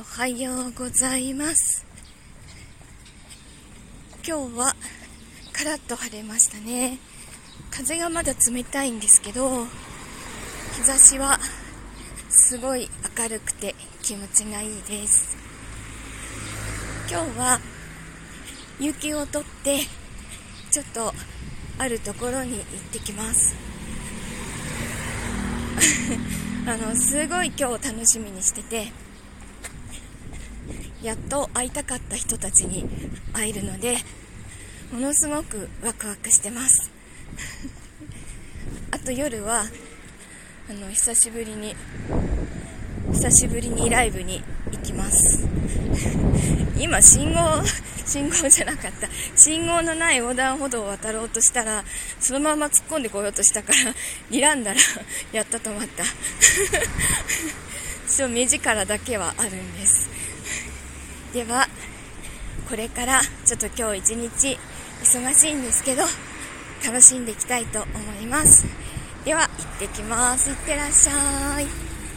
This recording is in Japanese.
おはようございます。今日はカラッと晴れましたね。風がまだ冷たいんですけど、日差しはすごい明るくて気持ちがいいです。今日は有給を取ってちょっとあるところに行ってきます。すごい今日楽しみにしてて、やっと会いたかった人たちに会えるので、ものすごくワクワクしてます。あと夜は久しぶりにライブに行きます。今信号じゃなかった、信号のない横断歩道を渡ろうとしたら、そのまま突っ込んでこようとしたから睨んだらやっと止まった。目力だけはあるんです。ではこれからちょっと今日一日忙しいんですけど楽しんでいきたいと思います。では行ってきます。いってらっしゃい。